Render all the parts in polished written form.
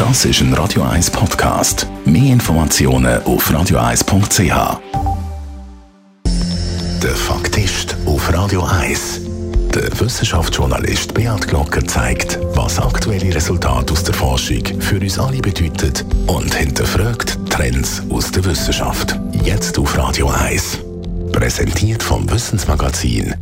Das ist ein Radio 1 Podcast. Mehr Informationen auf radio1.ch. Der Faktist auf Radio 1. Der Wissenschaftsjournalist Beat Glocker zeigt, was aktuelle Resultate aus der Forschung für uns alle bedeuten und hinterfragt Trends aus der Wissenschaft. Jetzt auf Radio 1. Präsentiert vom Wissensmagazin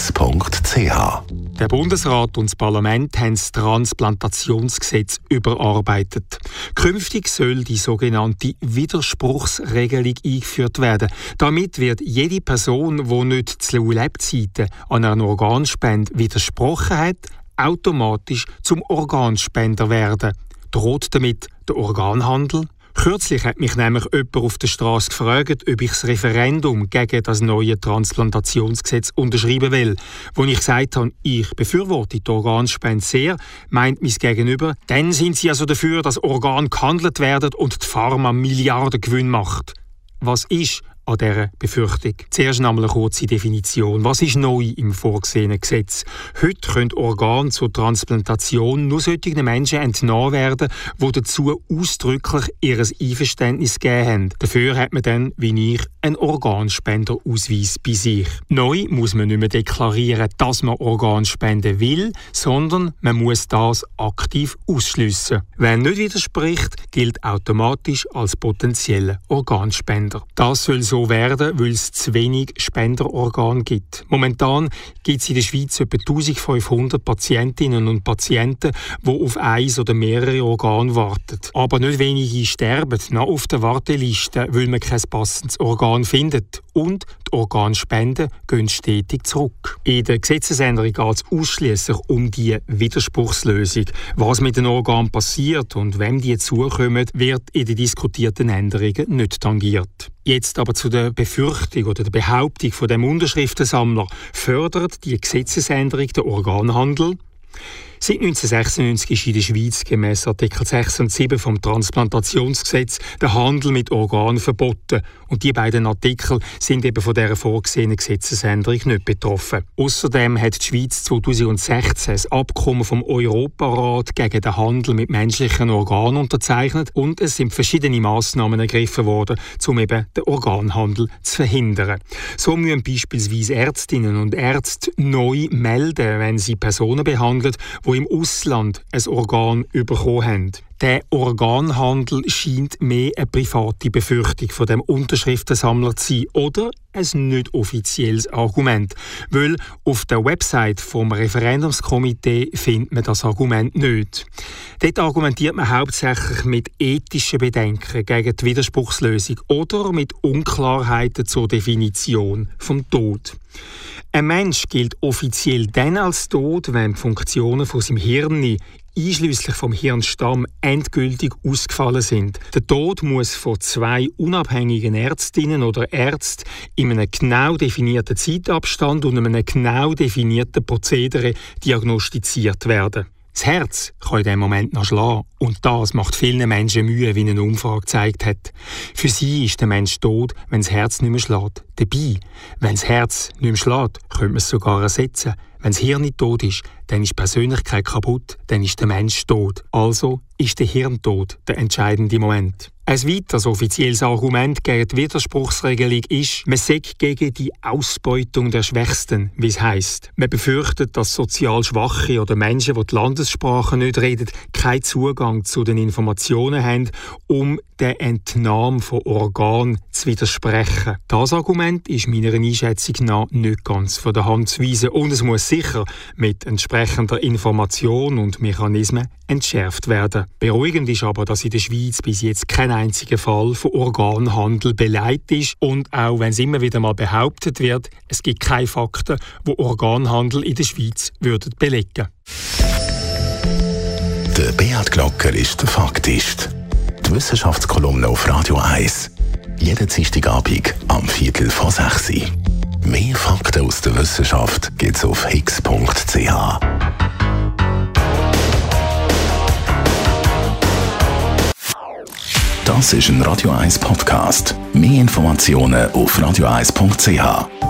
higgs.ch. Der Bundesrat und das Parlament haben das Transplantationsgesetz überarbeitet. Künftig soll die sogenannte Widerspruchsregelung eingeführt werden. Damit wird jede Person, die nicht zu Lebzeiten an einer Organspende widersprochen hat, automatisch zum Organspender werden. Droht damit der Organhandel? Kürzlich hat mich nämlich jemand auf der Straße gefragt, ob ich das Referendum gegen das neue Transplantationsgesetz unterschreiben will. Als ich gesagt habe, ich befürworte die Organspende sehr, meint mein Gegenüber, dann sind sie also dafür, dass Organe gehandelt werden und die Pharma Milliardengewinn macht. Was ist an dieser Befürchtung? Zuerst einmal eine kurze Definition. Was ist neu im vorgesehenen Gesetz? Heute können Organe zur Transplantation nur solchen Menschen entnommen werden, die dazu ausdrücklich ihr Einverständnis gegeben haben. Dafür hat man dann, wie ich, einen Organspenderausweis bei sich. Neu muss man nicht mehr deklarieren, dass man Organe spenden will, sondern man muss das aktiv ausschliessen. Wer nicht widerspricht, gilt automatisch als potenzieller Organspender. Das soll so werden, weil es zu wenig Spenderorgane gibt. Momentan gibt es in der Schweiz etwa 1500 Patientinnen und Patienten, die auf eins oder mehrere Organe warten. Aber nicht wenige sterben noch auf der Warteliste, weil man kein passendes Organ findet. Und die Organspenden gehen stetig zurück. In der Gesetzesänderung geht es ausschliesslich um die Widerspruchslösung. Was mit den Organen passiert und wem die zukommen, wird in den diskutierten Änderungen nicht tangiert. Jetzt aber zu der Befürchtung oder der Behauptung von dem Unterschriftensammler. Fördert die Gesetzesänderung den Organhandel? Seit 1996 ist in der Schweiz gemäss Artikel 6 und 7 vom Transplantationsgesetz der Handel mit Organen verboten. Und die beiden Artikel sind eben von dieser vorgesehenen Gesetzesänderung nicht betroffen. Außerdem hat die Schweiz 2016 das Abkommen vom Europarat gegen den Handel mit menschlichen Organen unterzeichnet und es sind verschiedene Massnahmen ergriffen worden, um eben den Organhandel zu verhindern. So müssen beispielsweise Ärztinnen und Ärzte neu melden, wenn sie Personen behandeln, die im Ausland ein Organ bekommen haben. Der Organhandel scheint mehr eine private Befürchtung von dem Unterschriftensammler zu sein oder ein nicht offizielles Argument. Weil auf der Website vom Referendumskomitee findet man das Argument nicht. Dort argumentiert man hauptsächlich mit ethischen Bedenken gegen die Widerspruchslösung oder mit Unklarheiten zur Definition vom Tod. Ein Mensch gilt offiziell dann als tot, wenn die Funktionen von seinem Hirn einschliesslich vom Hirnstamm endgültig ausgefallen sind. Der Tod muss von zwei unabhängigen Ärztinnen oder Ärzten in einem genau definierten Zeitabstand und einem genau definierten Prozedere diagnostiziert werden. Das Herz kann in diesem Moment noch schlagen und das macht vielen Menschen Mühe, wie eine Umfrage gezeigt hat. Für sie ist der Mensch tot, wenn das Herz nicht mehr schlägt. Dabei, wenn das Herz nicht mehr schlägt, könnte man es sogar ersetzen. Wenn das Hirn nicht tot ist, dann ist die Persönlichkeit kaputt, dann ist der Mensch tot. Also ist der Hirntod der entscheidende Moment. Ein weiteres offizielles Argument gegen die Widerspruchsregelung ist, man sei gegen die Ausbeutung der Schwächsten, wie es heisst. Man befürchtet, dass sozial Schwache oder Menschen, die die Landessprache nicht reden, keinen Zugang zu den Informationen haben, um der Entnahme von Organen zu widersprechen. Das Argument ist meiner Einschätzung nach nicht ganz von der Hand zu weisen und es muss sicher mit entsprechender Information und Mechanismen entschärft werden. Beruhigend ist aber, dass in der Schweiz bis jetzt kein einziger Fall von Organhandel beleidigt ist und auch wenn es immer wieder mal behauptet wird, es gibt keine Fakten, die Organhandel in der Schweiz würden belegen. Der Beat Glocker ist der Faktist. Die Wissenschaftskolumne auf Radio 1. Jeden Dienstagabend am 5:45. Mehr Fakten aus der Wissenschaft gibt's auf higgs.ch. Das ist ein Radio 1 Podcast. Mehr Informationen auf radio1.ch.